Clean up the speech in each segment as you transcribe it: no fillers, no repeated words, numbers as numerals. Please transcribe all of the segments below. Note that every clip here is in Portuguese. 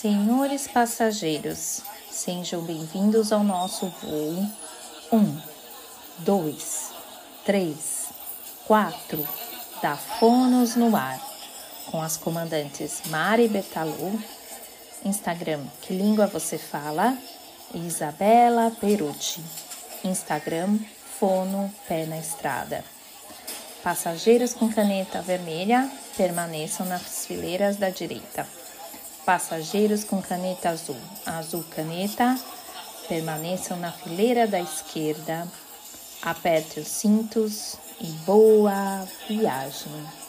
Senhores passageiros, sejam bem-vindos ao nosso voo 1, 2, 3, 4 da Fonos no ar, com as comandantes Mari Bertalu, Instagram Que Língua Você Fala, e Isabela Perucci, Instagram Fono Pé na Estrada. Passageiros com caneta vermelha, permaneçam nas fileiras da direita. Passageiros com caneta azul, azul caneta, permaneçam na fileira da esquerda. Aperte os cintos e boa viagem.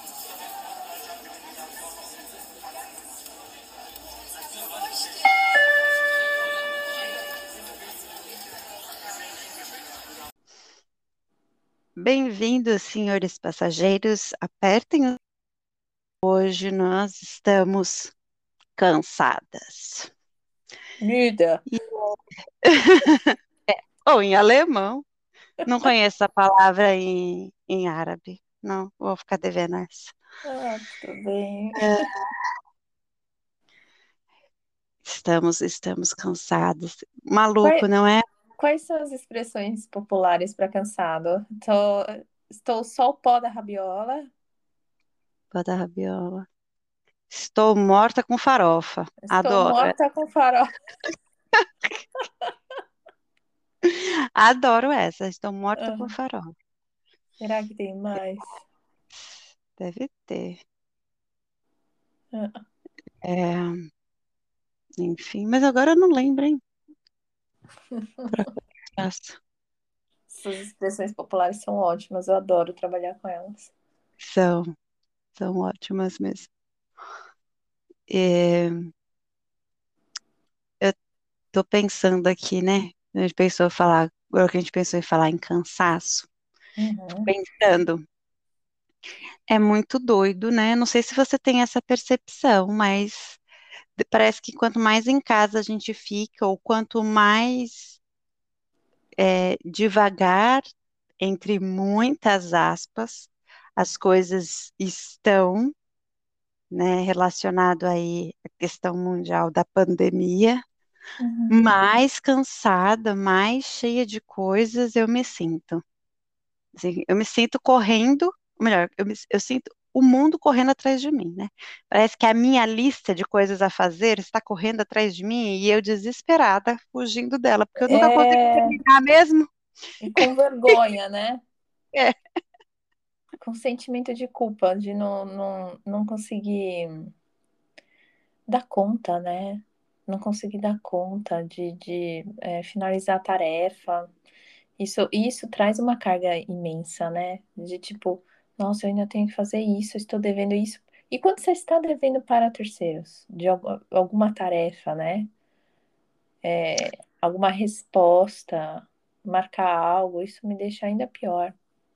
Bem-vindos, senhores passageiros. Apertem o... Hoje nós estamos cansadas. Müde. Ou em alemão. Não conheço a palavra em árabe. Não, vou ficar devendo essa. Tudo bem. Estamos cansados. Maluco, não é? Quais são as expressões populares para cansado? Estou só o pó da rabiola. Pó da rabiola. Estou morta com farofa. Estou Adoro. morta com farofa. Adoro essa. Estou morta com farofa. Será que tem mais? Deve ter. Ah. Enfim, mas agora eu não lembro, hein? Essas expressões populares são ótimas, eu adoro trabalhar com elas. São ótimas mesmo. Eu tô pensando aqui, né? Agora que a gente pensou em falar em cansaço, pensando, é muito doido, né? Não sei se você tem essa percepção, mas parece que quanto mais em casa a gente fica, ou quanto mais devagar, entre muitas aspas, as coisas estão, né, relacionado aí à questão mundial da pandemia, mais cansada, mais cheia de coisas eu me sinto. Assim, eu me sinto correndo, ou melhor, eu sinto o mundo correndo atrás de mim, né? Parece que a minha lista de coisas a fazer está correndo atrás de mim e eu desesperada, fugindo dela, porque eu nunca consigo terminar mesmo. E com vergonha, né? É. Com sentimento de culpa, de não conseguir dar conta, né? Não conseguir dar conta de finalizar a tarefa. Isso traz uma carga imensa, né? De tipo, nossa, eu ainda tenho que fazer isso, eu estou devendo isso. E quando você está devendo para terceiros de alguma tarefa, né? Alguma resposta, marcar algo, isso me deixa ainda pior.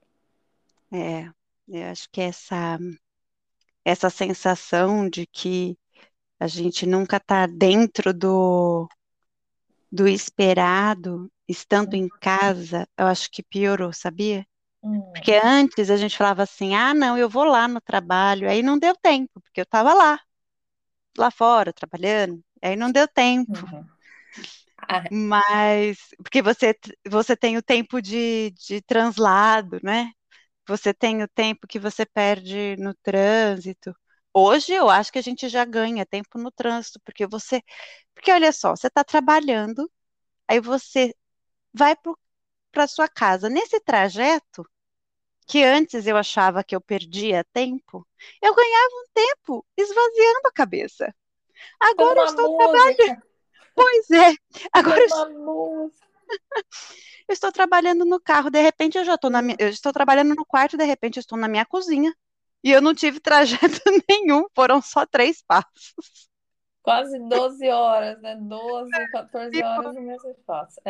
Eu acho que essa sensação de que a gente nunca está dentro do esperado, estando em casa, eu acho que piorou, sabia? Porque antes a gente falava assim, ah, não, eu vou lá no trabalho, aí não deu tempo, porque eu estava lá fora, trabalhando, aí não deu tempo. Mas, porque você tem o tempo de translado, né? Você tem o tempo que você perde no trânsito. Hoje eu acho que a gente já ganha tempo no trânsito, porque olha só, você está trabalhando, aí você vai para sua casa. Nesse trajeto, que antes eu achava que eu perdia tempo, eu ganhava um tempo esvaziando a cabeça. Escutando Agora eu uma estou trabalhando. música. Pois é, agora Escutando uma música. eu estou trabalhando no carro, de repente eu estou trabalhando no quarto, de repente eu estou na minha cozinha. E eu não tive trajeto nenhum, foram só 3 passos. Quase 12 horas, né? 12, 14 horas no mesmo espaço.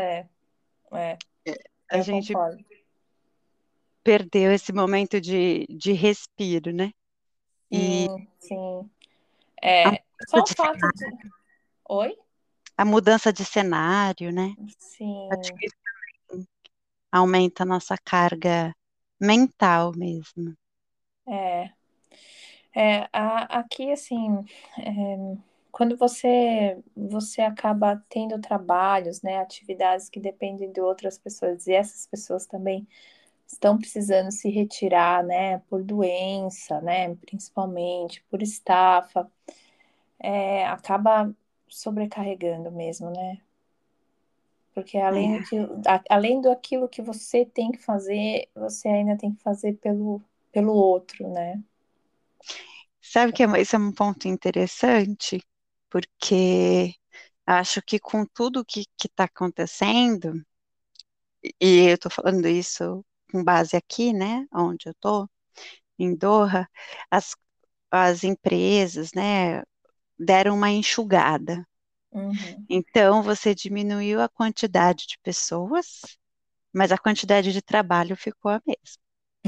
A Eu gente concordo. perdeu esse momento de respiro, né? Sim. A Só mudança o de fato cenário, de. Oi? a mudança de cenário, né? Acho Sim. que isso aumenta a nossa carga mental mesmo. Aqui, assim, quando você acaba tendo trabalhos, né, atividades que dependem de outras pessoas e essas pessoas também estão precisando se retirar, né, por doença, né, principalmente por estafa, acaba sobrecarregando mesmo, né? Porque É. além do aquilo que você tem que fazer, você ainda tem que fazer pelo outro, né? Sabe que esse é um ponto interessante, porque acho que com tudo que está acontecendo, e eu estou falando isso com base aqui, né, onde eu estou, em Doha, as, as empresas, né, deram uma enxugada. Uhum. Então, você diminuiu a quantidade de pessoas, mas a quantidade de trabalho ficou a mesma,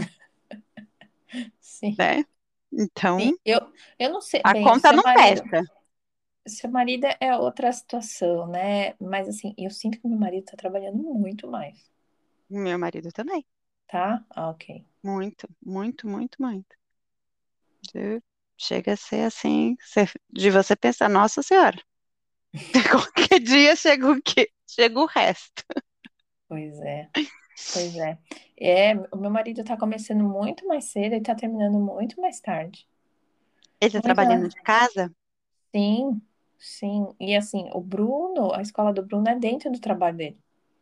Sim, né? sim. Então, Eu não sei, a bem, conta não fecha. seu marido é outra situação, né? Mas assim, eu sinto que meu marido tá trabalhando muito mais, Meu marido também. tá? Ah, ok. Muito, muito, muito, muito. De- Chega a ser assim, de você pensar, nossa senhora, qualquer dia chega o quê? Chega o resto. Pois é, pois é. É, o meu marido tá começando muito mais cedo e tá terminando muito mais tarde. Ele está Muito, trabalhando de casa? sim, sim. E assim, o Bruno, a escola do Bruno é dentro do trabalho dele.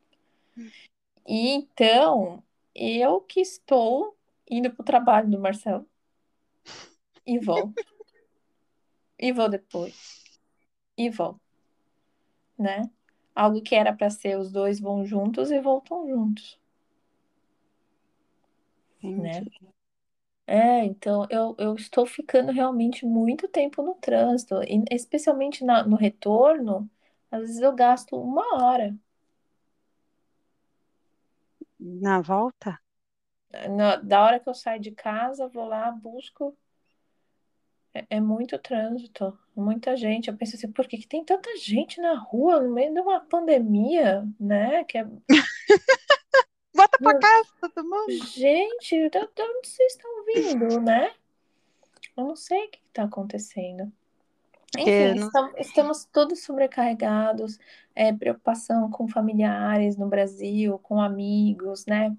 E então, eu que estou indo pro trabalho do Marcelo e volto, e vou depois, e volto, né? Algo que era para ser os dois vão juntos e voltam juntos, né? Entendi. Então eu estou ficando realmente muito tempo no trânsito, e especialmente no retorno, às vezes eu gasto uma hora. Na volta? Da hora que eu saio de casa, vou lá, busco. É muito trânsito, muita gente. Eu penso assim, por que que tem tanta gente na rua no meio de uma pandemia, né? Bota pra Meu, casa, todo mundo. gente, de onde vocês estão vindo, né? Eu não sei o que está acontecendo. Enfim, Porque não- estamos todos sobrecarregados, preocupação com familiares no Brasil, com amigos, né?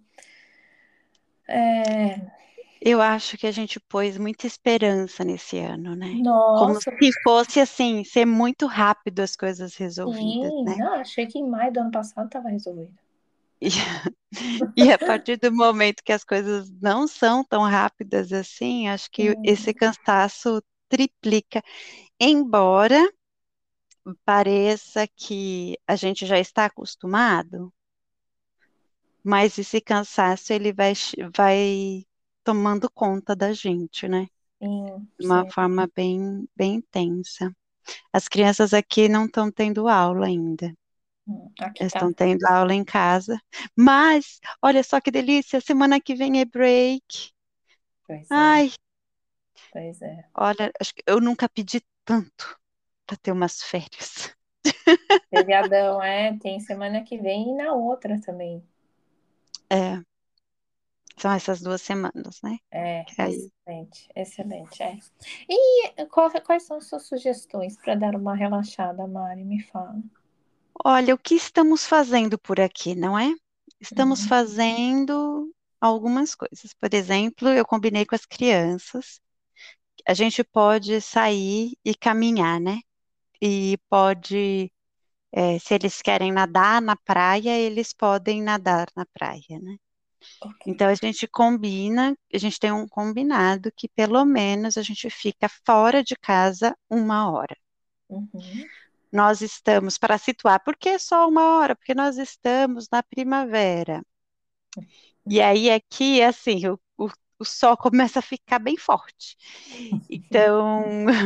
É, eu acho que a gente pôs muita esperança nesse ano, né? Como nossa, se fosse assim, ser muito rápido as coisas resolvidas, sim, né? não, achei que em maio do ano passado estava resolvido. E, e a partir do momento que as coisas não são tão rápidas assim, acho que esse Sim, cansaço triplica. Embora pareça que a gente já está acostumado, mas esse cansaço ele vai tomando conta da gente, né? sim, De uma sim. forma bem, bem intensa. As crianças aqui não estão tendo aula ainda. Aqui Elas estão tá. tendo aula em casa. Mas, olha só que delícia, semana que vem é break. Pois é, Ai, pois é. olha, acho que eu nunca pedi tanto para ter umas férias. Feriadão, tem semana que vem e na outra também. É, são essas 2 semanas, né? Que aí, Excelente, excelente, E quais são as suas sugestões para dar uma relaxada, Mari? Me fala. olha, o que estamos fazendo por aqui, não é? Estamos Uhum. fazendo algumas coisas. Por exemplo, eu combinei com as crianças. A gente pode sair e caminhar, né? E pode, se eles querem nadar na praia, eles podem nadar na praia, né? Ok. Então a gente combina, a gente tem um combinado que pelo menos a gente fica fora de casa 1 hora. Uhum. Nós estamos, para situar, por que só 1 hora? Porque nós estamos na primavera. E aí aqui, assim, o sol começa a ficar bem forte. Então,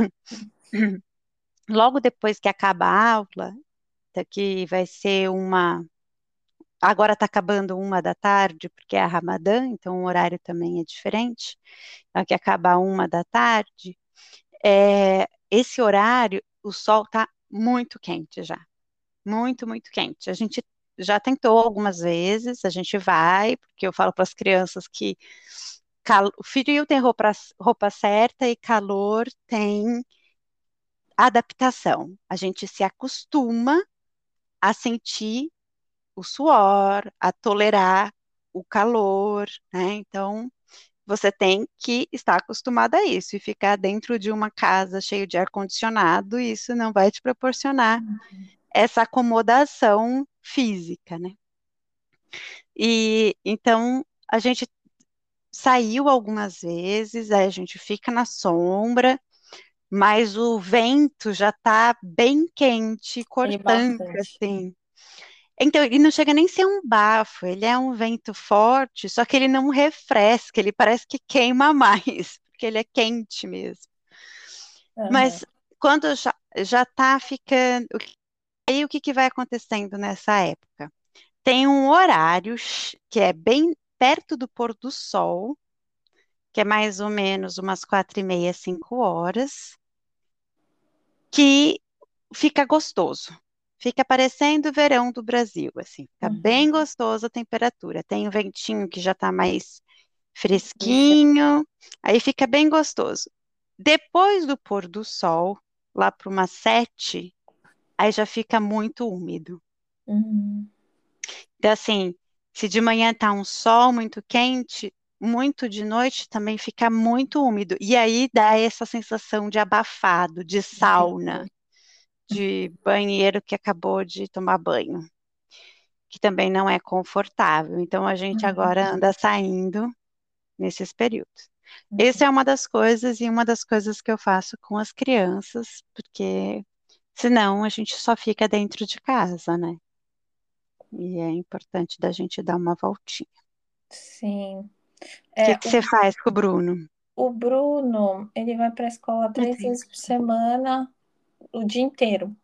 logo depois que acaba a aula, que vai ser uma. Agora está acabando 1 da tarde, porque é a Ramadã, então o horário também é diferente. Então, que acabar 1 da tarde, esse horário, o sol está muito quente já. Muito, muito quente. A gente já tentou algumas vezes, a gente vai, porque eu falo para as crianças que frio tem roupa certa e calor tem adaptação. A gente se acostuma a sentir o suor, a tolerar o calor, né? Então, você tem que estar acostumada a isso e ficar dentro de uma casa cheia de ar-condicionado, isso não vai te proporcionar essa acomodação física, né? E então a gente saiu algumas vezes, aí a gente fica na sombra, mas o vento já está bem quente, E cortante, bastante. assim. Então, ele não chega nem a ser um bafo, ele é um vento forte, só que ele não refresca, ele parece que queima mais, porque ele é quente mesmo. Aham. Mas quando já está ficando. Aí o que que vai acontecendo nessa época? Tem um horário que é bem perto do pôr do sol, que é mais ou menos umas 4:30, 5 horas, que fica gostoso. Fica parecendo o verão do Brasil, assim. Fica Uhum. bem gostoso a temperatura. Tem um ventinho que já está mais Puxa. fresquinho, aí fica bem gostoso. Depois do pôr do sol, lá para umas 7, aí já fica muito úmido. Uhum. Então, assim, se de manhã tá um sol muito quente, muito de noite também fica muito úmido. E aí dá essa sensação de abafado, de sauna, Entendi. de banheiro que acabou de tomar banho, que também não é confortável. Então, a gente agora anda saindo nesses períodos. Essa Uhum. é uma das coisas e uma das coisas que eu faço com as crianças, porque senão a gente só fica dentro de casa, né? E é importante da gente dar uma voltinha. Sim. O que É, que você faz com o Bruno? o Bruno, ele vai para a escola Não 3 vezes por semana, o dia inteiro.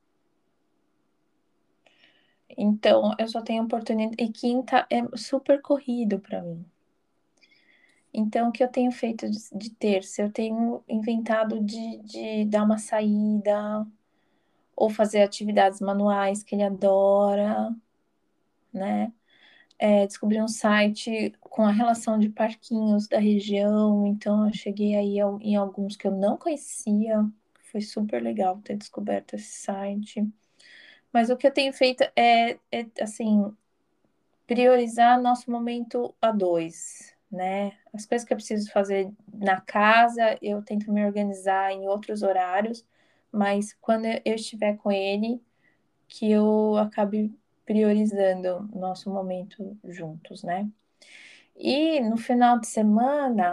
Então, eu só tenho oportunidade. E quinta é super corrido para mim. Então, o que eu tenho feito de terça? Eu tenho inventado de dar uma saída, ou fazer atividades manuais que ele adora, né? Descobri um site com a relação de parquinhos da região, então eu cheguei aí em alguns que eu não conhecia. Foi super legal ter descoberto esse site. Mas o que eu tenho feito é assim, priorizar nosso momento a dois, né? As coisas que eu preciso fazer na casa, eu tento me organizar em outros horários, mas quando eu estiver com ele, que eu acabe priorizando o nosso momento juntos, né? E no final de semana,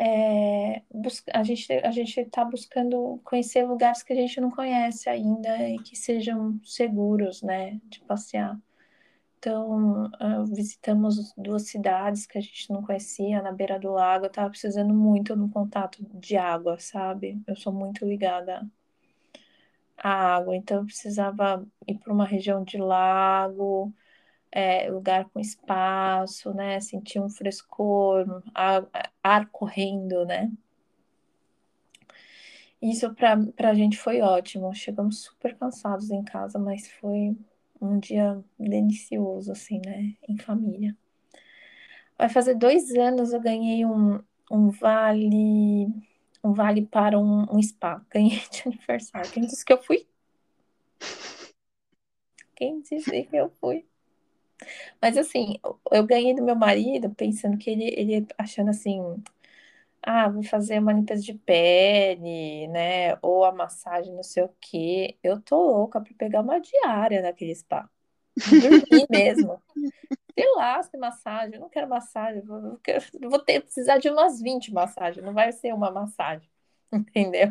a gente está buscando conhecer lugares que a gente não conhece ainda e que sejam seguros, né, de passear. Então, visitamos duas cidades que a gente não conhecia, na beira do lago. Eu estava precisando muito no contato de água, sabe? Eu sou muito ligada à água, então eu precisava ir para uma região de lago, lugar com espaço, né? Sentir um frescor, ar correndo, né? Isso para a gente foi ótimo. Chegamos super cansados em casa, mas foi um dia delicioso, assim, né? Em família. Vai fazer 2 anos eu ganhei um vale, um vale para um spa. Ganhei de aniversário. Quem disse que eu fui? Quem disse que eu fui? Mas assim, eu ganhei do meu marido pensando que ele achando assim, vou fazer uma limpeza de pele, né? Ou a massagem, não sei o quê. Eu tô louca pra pegar uma diária naquele spa. De dormir mesmo. Sei lá, se massagem. Eu não quero massagem. Eu vou precisar de umas 20 massagens. Não vai ser uma massagem. Entendeu?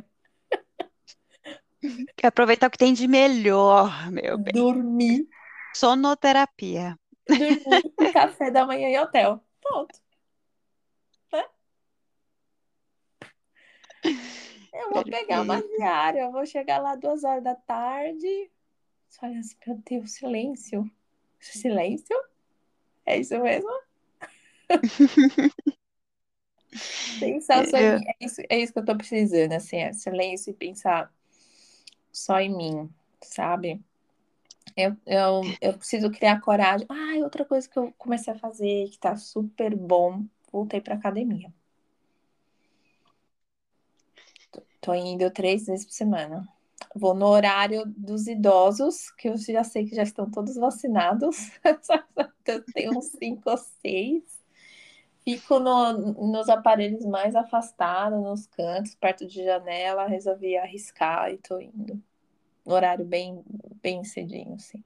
Quer aproveitar o que tem de melhor, meu bem. Dormir. Sonoterapia. Dormir e café da manhã em hotel. Pronto. Né? Eu vou pegar uma Perfeito. diária. Eu vou chegar lá 2 horas da tarde. Só olha assim, meu Deus, silêncio. Silêncio? É isso mesmo? Pensar só em Eu, mim. É isso que eu tô precisando, assim, silêncio e pensar só em mim, sabe? Eu preciso criar coragem. Outra coisa que eu comecei a fazer, que tá super bom, voltei pra academia. Tô indo 3 vezes por semana. Vou no horário dos idosos, que eu já sei que já estão todos vacinados. Eu tenho uns 5 ou 6. Fico nos aparelhos mais afastados, nos cantos, perto de janela. Resolvi arriscar e tô indo. Horário bem, bem cedinho, assim.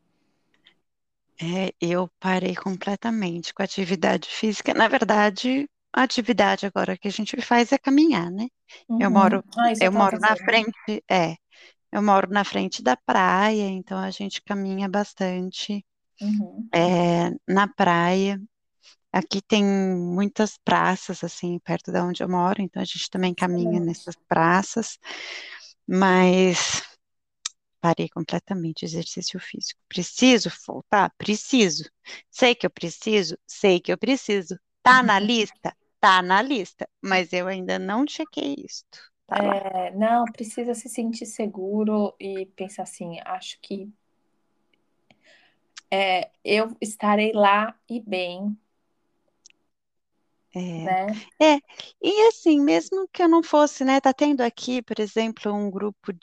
Eu parei completamente com a atividade física. Na verdade, a atividade agora que a gente faz é caminhar, né? Eu Uhum. moro, Ah, isso eu eu tava moro na fazendo. frente, eu moro na frente da praia, então a gente caminha bastante, Uhum. na praia. Aqui tem muitas praças, assim, perto de onde eu moro, então a gente também caminha Excelente. nessas praças, mas parei completamente o exercício físico. Preciso voltar? Preciso. Sei que eu preciso? Sei que eu preciso. Tá na lista? Tá na lista, mas eu ainda não chequei isto. Tá lá. Não, precisa se sentir seguro e pensar assim, acho que eu estarei lá e bem, É, né? é, e assim, mesmo que eu não fosse, né, tá tendo aqui, por exemplo, um grupo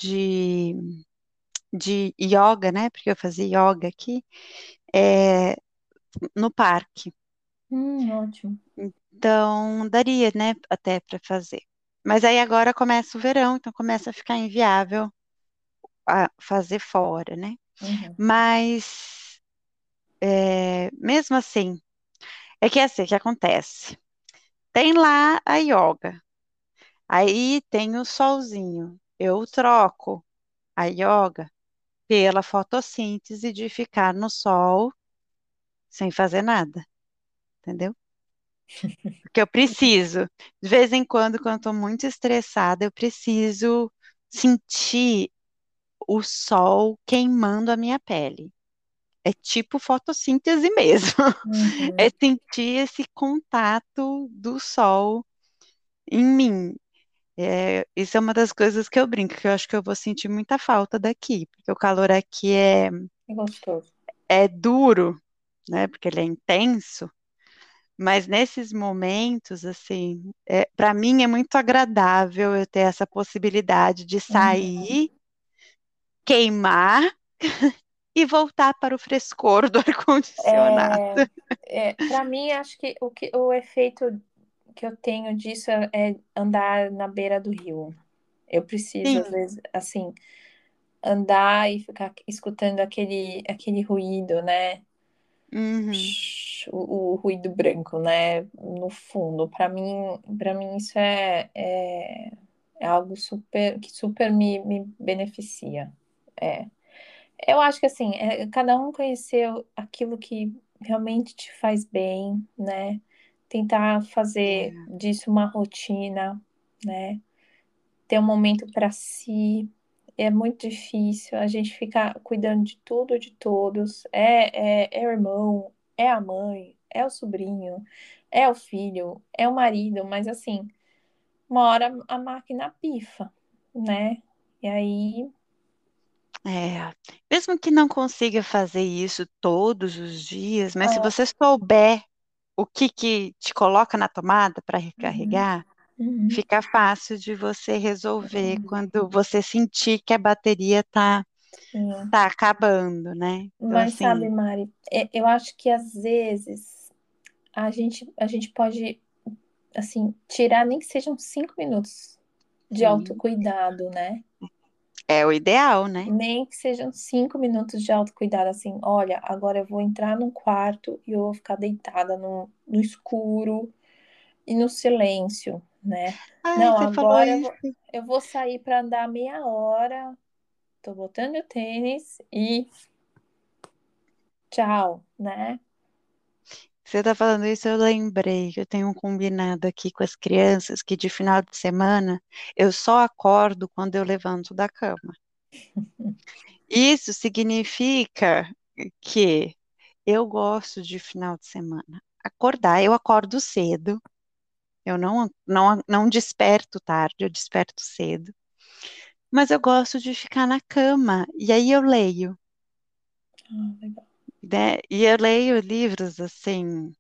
de yoga, né, porque eu fazia yoga aqui, é, no parque. Ótimo. Então, daria, né, até para fazer. Mas aí agora começa o verão, então começa a ficar inviável a fazer fora, né? Uhum. Mas, mesmo assim, é que é assim, o que acontece? Tem lá a yoga, aí tem o solzinho. Eu troco a yoga pela fotossíntese de ficar no sol sem fazer nada, entendeu? Porque eu preciso, de vez em quando eu estou muito estressada, eu preciso sentir o sol queimando a minha pele. É tipo fotossíntese mesmo. É Uhum. sentir esse contato do sol em mim. Isso é uma das coisas que eu brinco, que eu acho que eu vou sentir muita falta daqui, porque o calor aqui É gostoso. é duro, né? Porque ele é intenso. Mas nesses momentos, assim, para mim é muito agradável eu ter essa possibilidade de Uhum. sair, queimar e voltar para o frescor do ar-condicionado. Para mim, acho que o efeito que eu tenho disso é andar na beira do rio. Eu preciso, às Sim, vezes, assim, andar e ficar escutando aquele ruído, né? uhum, O ruído branco, né? No fundo. Para mim isso é algo que super me beneficia. É. Eu acho que assim, cada um conheceu aquilo que realmente te faz bem, né? Tentar fazer é, disso uma rotina, né? Ter um momento para si. É muito difícil. A gente fica cuidando de tudo, de todos. É o irmão, é a mãe, é o sobrinho, é o filho, é o marido, mas assim, uma hora a máquina pifa, né? E aí, é. Mesmo que não consiga fazer isso todos os dias, mas se ah, você souber o que te coloca na tomada para uhum, recarregar, uhum, fica fácil de você resolver quando você sentir que a bateria sim. tá acabando, né? Então, Mas sabe, assim, Mari, eu acho que às vezes a gente pode, assim, tirar nem que sejam 5 minutos de sim, autocuidado, né? é o ideal, né? Nem que sejam 5 minutos de autocuidado, assim, olha, agora eu vou entrar num quarto e eu vou ficar deitada no escuro e no silêncio, né? Ai, Não, você falou agora isso. eu vou sair para andar meia hora, tô botando meu tênis e tchau, né? Você tá falando isso, eu lembrei que eu tenho um combinado aqui com as crianças que de final de semana eu só acordo quando eu levanto da cama. Isso significa que eu gosto de final de semana. Acordar, eu acordo cedo, eu não desperto tarde, eu desperto cedo, mas eu gosto de ficar na cama e aí eu leio, Ah, legal. né? E eu leio livros assim,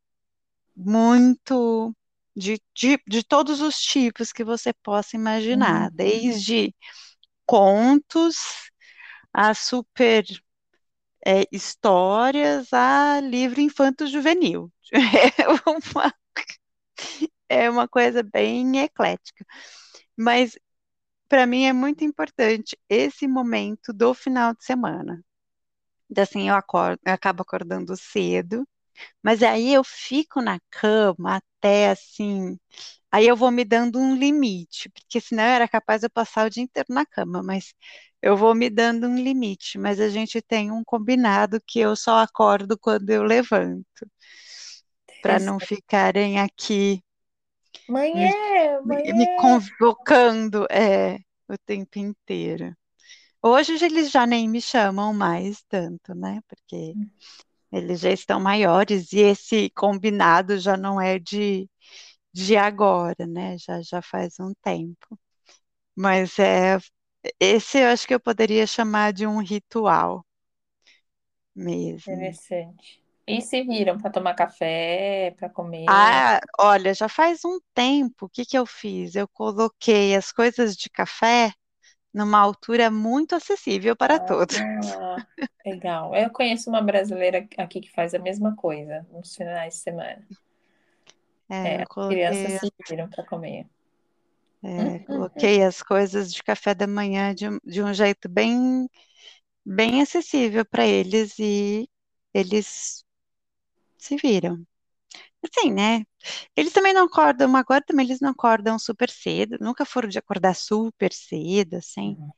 muito de todos os tipos que você possa imaginar, Uhum. desde contos a super histórias a livro infanto-juvenil. uma, é uma coisa bem eclética. Mas para mim é muito importante esse momento do final de semana. Então, assim, eu acabo acordando cedo, mas aí eu fico na cama até assim. Aí eu vou me dando um limite, porque senão eu era capaz de eu passar o dia inteiro na cama, mas eu vou me dando um limite. Mas a gente tem um combinado que eu só acordo quando eu levanto, para não Interessante. ficarem aqui me, Manhã, me manhã. convocando o tempo inteiro. Hoje eles já nem me chamam mais tanto, né? Porque eles já estão maiores e esse combinado já não é de agora, né? Já faz um tempo. Mas esse eu acho que eu poderia chamar de um ritual mesmo. Interessante. E se viram para tomar café, para comer? Ah, olha, já faz um tempo, o que que eu fiz? Eu coloquei as coisas de café numa altura muito acessível para todos. Ah, legal. Eu conheço uma brasileira aqui que faz a mesma coisa nos finais de semana. É, Eu as crianças coloquei, se viram para comer. coloquei as coisas de café da manhã de um jeito bem acessível para eles e eles se viram. Assim, né? Eles também não acordam, agora também eles não acordam super cedo, nunca foram de acordar super cedo, assim, Uhum.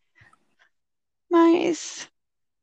mas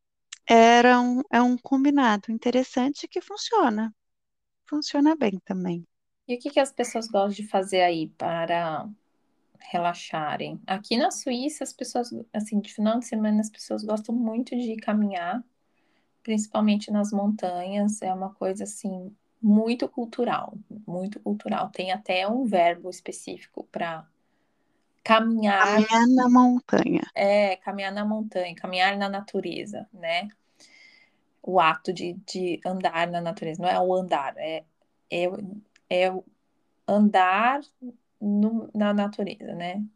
é um combinado interessante que funciona bem também. E o que que as pessoas gostam de fazer aí para relaxarem? Aqui na Suíça, as pessoas, assim, de final de semana, as pessoas gostam muito de caminhar, principalmente nas montanhas. É uma coisa, assim, muito cultural, muito cultural. Tem até um verbo específico para caminhar, Caminhar na montanha. caminhar na montanha, caminhar na natureza, né? O ato de andar na natureza. Não é o andar, é, é o andar na natureza, né?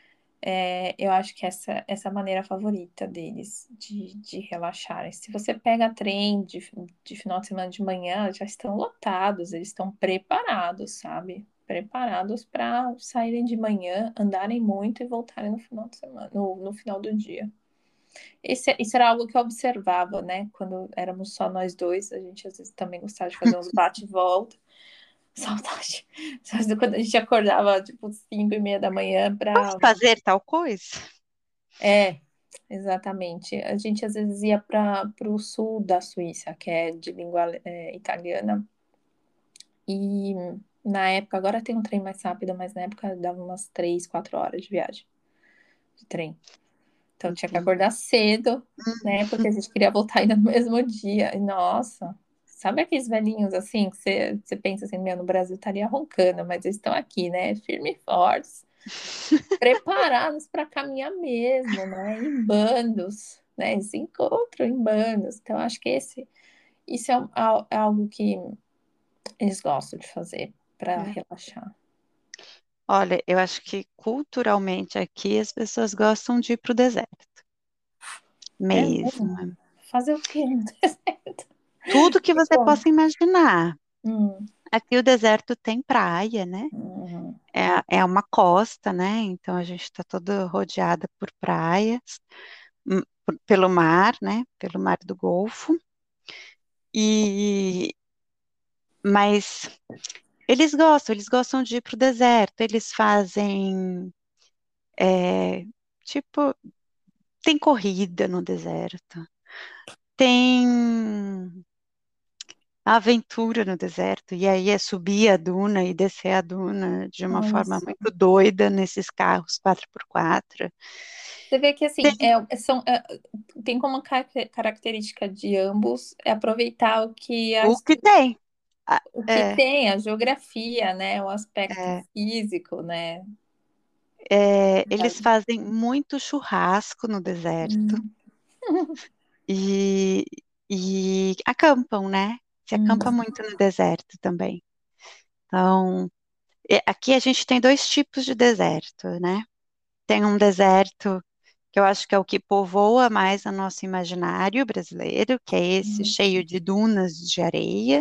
Eu acho que essa é a maneira favorita deles de relaxar. Se você pega trem de final de semana de manhã, já estão lotados, eles estão preparados, sabe? Preparados para saírem de manhã, andarem muito e voltarem no final de semana, no final do dia. Isso era algo que eu observava, né? Quando éramos só nós dois, a gente às vezes também gostava de fazer uns bate e volta. Saudade. Saudade quando a gente acordava, tipo, 5:30 da manhã Vamos para. fazer tal coisa? É, exatamente. A gente às vezes ia para o sul da Suíça, que é de língua italiana, e na época, agora tem um trem mais rápido, mas na época dava umas 3, 4 horas de viagem de trem. Então tinha que Entendi. acordar cedo, né? Porque a gente queria voltar ainda no mesmo dia. E nossa, sabe aqueles velhinhos assim, que você pensa assim, meu, no Brasil estaria roncando, mas eles estão aqui, né? Firme e fortes, preparados para caminhar mesmo, né? Em bandos, né? Eles se encontram em bandos. Então, acho que isso é algo que eles gostam de fazer para É. relaxar. Olha, eu acho que culturalmente aqui as pessoas gostam de ir para o deserto É mesmo? mesmo. Fazer o quê no deserto? Tudo que Me você conta. possa imaginar. Hum, Aqui o deserto tem praia, né? hum, É uma costa, né? Então a gente está toda rodeada por praias, pelo mar, né? Pelo mar do Golfo. E mas eles gostam de ir para o deserto. Eles fazem é, tipo tem corrida no deserto, tem aventura no deserto. E aí é subir a duna e descer a duna de uma olha forma só. muito doida nesses carros 4x4. Você vê que assim, tem como característica de ambos aproveitar O que tem. Ah, o que É, tem, a geografia, né? O aspecto é, físico, né? eles fazem muito churrasco no deserto Hum, e, e acampam, né? Se acampa hum, muito no deserto também. Então, aqui a gente tem dois tipos de deserto, né? Tem um deserto que eu acho que é o que povoa mais o nosso imaginário brasileiro, que é esse cheio de dunas de areia.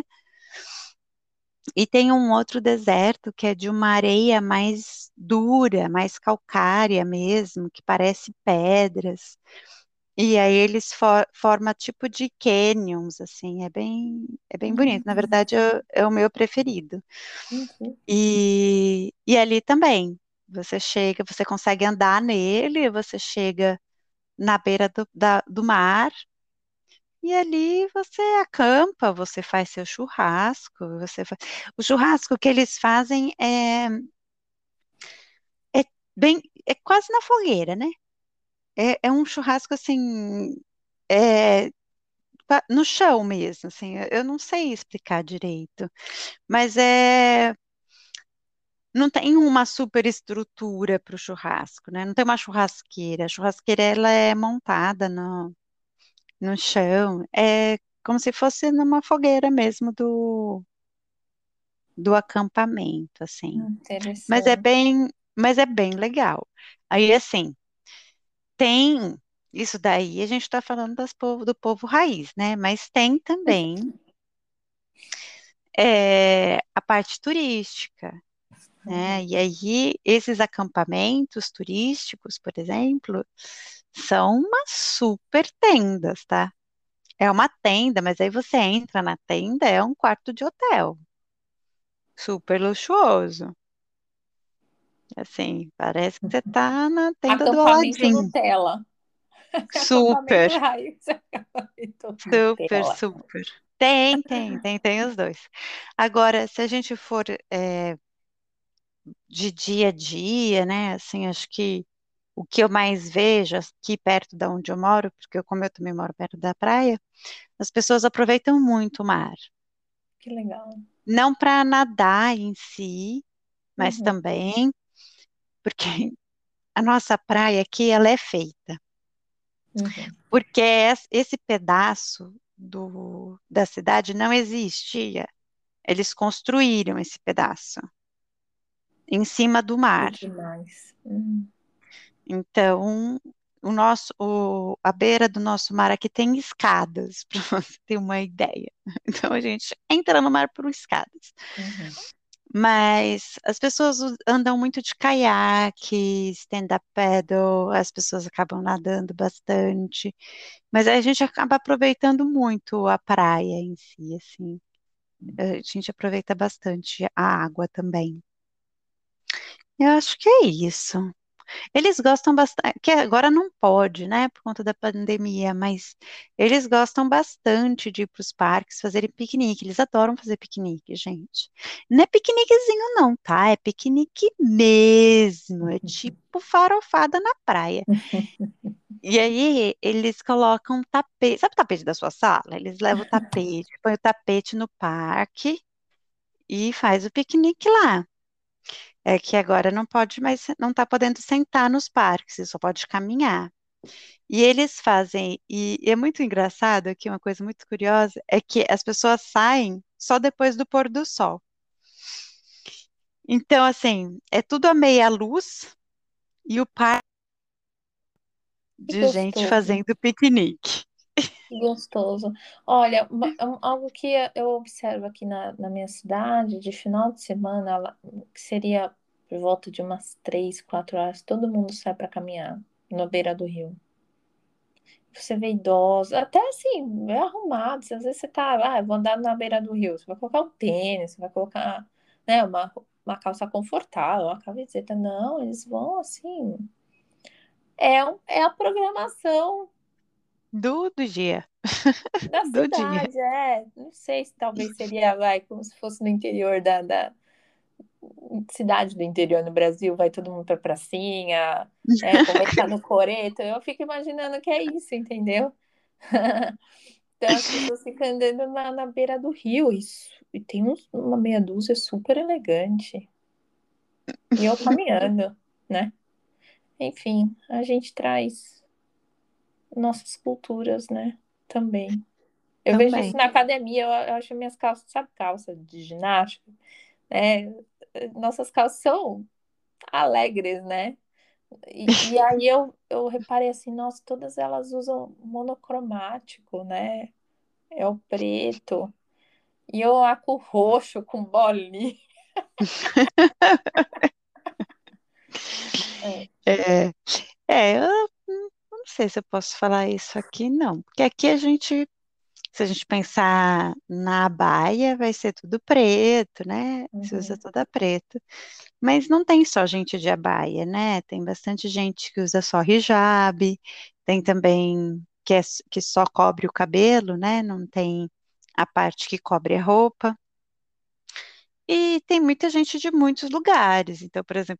E tem um outro deserto que é de uma areia mais dura, mais calcária mesmo, que parece pedras. E aí eles formam tipo de canyons, assim, é bem bonito. Na Uhum. verdade, é o meu preferido. Uhum. E ali também, você chega, você consegue andar nele, você chega na beira do mar, e ali você acampa, você faz seu churrasco, o churrasco que eles fazem é é quase na fogueira, né? É um churrasco assim, é, no chão mesmo, assim, eu não sei explicar direito, mas não tem uma super estrutura para o churrasco, né? Não tem uma churrasqueira. A churrasqueira ela é montada no chão, é como se fosse numa fogueira mesmo do acampamento, assim. Mas é Interessante. bem, mas é bem legal. Aí, assim, tem isso daí, a gente está falando do povo raiz, né? Mas tem também a parte turística, né? Uhum. E aí, esses acampamentos turísticos, por exemplo, são umas super tendas, tá? É uma tenda, mas aí você entra na tenda, é um quarto de hotel, super luxuoso. Assim, parece que você tá na tenda do Acampamento Aladim. Nutella. Super, Acampamento raiz. Acampamento super, Nutella. super. Tem os dois. Agora, se a gente for de dia a dia, né? Assim, acho que o que eu mais vejo aqui perto da onde eu moro, porque como eu também moro perto da praia, as pessoas aproveitam muito o mar. Que legal. Não para nadar em si, mas Uhum. também porque a nossa praia aqui, ela é feita. Uhum. Porque esse pedaço da cidade não existia. Eles construíram esse pedaço em cima do Que mar. demais. Então, a beira do nosso mar aqui tem escadas, para você ter uma ideia. Então, a gente entra no mar por escadas. Uhum. Mas as pessoas andam muito de caiaque, stand-up paddle, as pessoas acabam nadando bastante. Mas aí a gente acaba aproveitando muito a praia em si, assim. A gente aproveita bastante a água também. Eu acho que é isso. Eles gostam bastante, que agora não pode, né, por conta da pandemia, mas eles gostam bastante de ir para os parques fazerem piquenique. Eles adoram fazer piquenique, gente. Não é piqueniquezinho, não, tá? É piquenique mesmo. É tipo farofada na praia. E aí eles colocam tapete. Sabe o tapete da sua sala? Eles levam o tapete, põe o tapete no parque e faz o piquenique lá. É que agora não pode mais, não está podendo sentar nos parques, você só pode caminhar. E eles fazem, e é muito engraçado aqui, uma coisa muito curiosa, é que as pessoas saem só depois do pôr do sol. Então, assim, é tudo a meia luz e o par Que de gente gostoso. fazendo piquenique. Que gostoso. Olha, algo que eu observo aqui na minha cidade, de final de semana, que seria por volta de umas 3, 4 horas, todo mundo sai para caminhar na beira do rio. Você vê idosos, até assim, é arrumado. Às vezes você tá, vou andar na beira do rio. Você vai colocar um tênis, você vai colocar, né, uma calça confortável, uma camiseta. Não, eles vão assim. É a programação Do dia, da do dia. cidade, Não sei se talvez seria, como se fosse no interior da cidade do interior no Brasil, vai todo mundo pra pracinha, conversar no coreto. Eu fico imaginando que é isso, entendeu? Então as pessoas ficam andando na beira do rio, isso. E tem uma meia dúzia super elegante. E eu caminhando, né? Enfim, a gente traz nossas culturas, né? Também. Eu vejo Também. isso na academia, eu acho minhas calças, sabe, calça de ginástica, né? Nossas calças são alegres, né? E aí eu reparei assim, nossa, todas elas usam monocromático, né? É o preto. E eu lá com o roxo, com bolinha. É. É, eu não sei se eu posso falar isso aqui, não. Porque aqui a gente, se a gente pensar na Baia, vai ser tudo preto, né? Se usa Uhum, toda preta. Mas não tem só gente de abaya, né? Tem bastante gente que usa só hijab, tem também que só cobre o cabelo, né? Não tem a parte que cobre a roupa. E tem muita gente de muitos lugares. Então, por exemplo,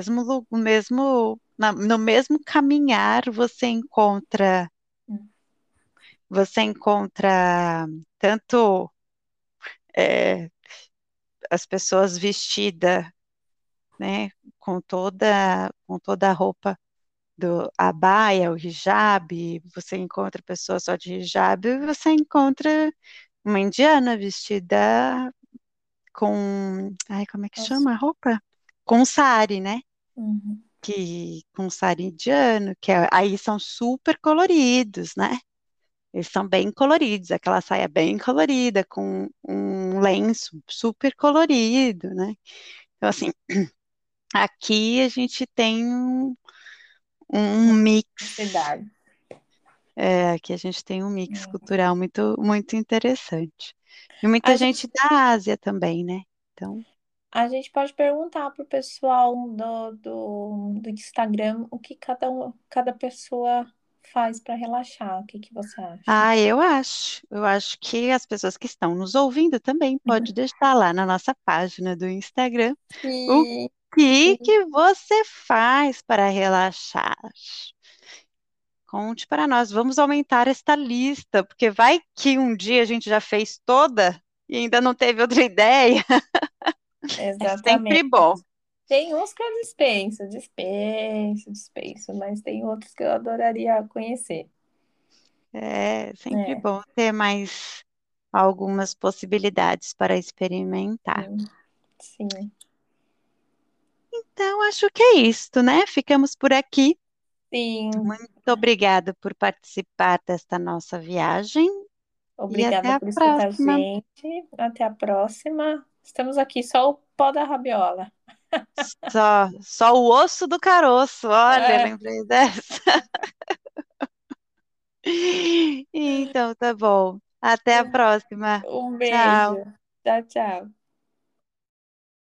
no mesmo caminhar você encontra tanto é, as pessoas vestidas, né, com toda a roupa do abaya, o hijab, você encontra pessoas só de hijab, e você encontra uma indiana vestida com, ai, como é que nossa, chama a roupa? Com sari, né? uhum, Com sari indiano, aí são super coloridos, né? Eles são bem coloridos, aquela saia bem colorida, com um lenço super colorido, né? Então, assim, aqui a gente tem um mix. cidade. Aqui a gente tem um mix É. cultural muito, muito interessante. E muita A gente gente, da Ásia também, né? Então, a gente pode perguntar pro pessoal do Instagram o que cada pessoa faz para relaxar. O que que você acha? eu acho que as pessoas que estão nos ouvindo também pode deixar lá na nossa página do Instagram o Sim, que sim. que você faz para relaxar. Conte para nós, vamos aumentar esta lista, porque vai que um dia a gente já fez toda e ainda não teve outra ideia. É sempre Exatamente. bom. Tem uns que eu dispenso, mas tem outros que eu adoraria conhecer. É sempre É, bom ter mais algumas possibilidades para experimentar. sim, sim, Então, acho que é isto, né? Ficamos por aqui. sim. Muito obrigada por participar desta nossa viagem e até Obrigada a por escutar a próxima. gente. Até a próxima. Estamos aqui, só o pó da rabiola. Só o osso do caroço. Olha, É, lembrei dessa. Então, tá bom. Até a próxima. um Tchau. beijo. Tchau, tchau.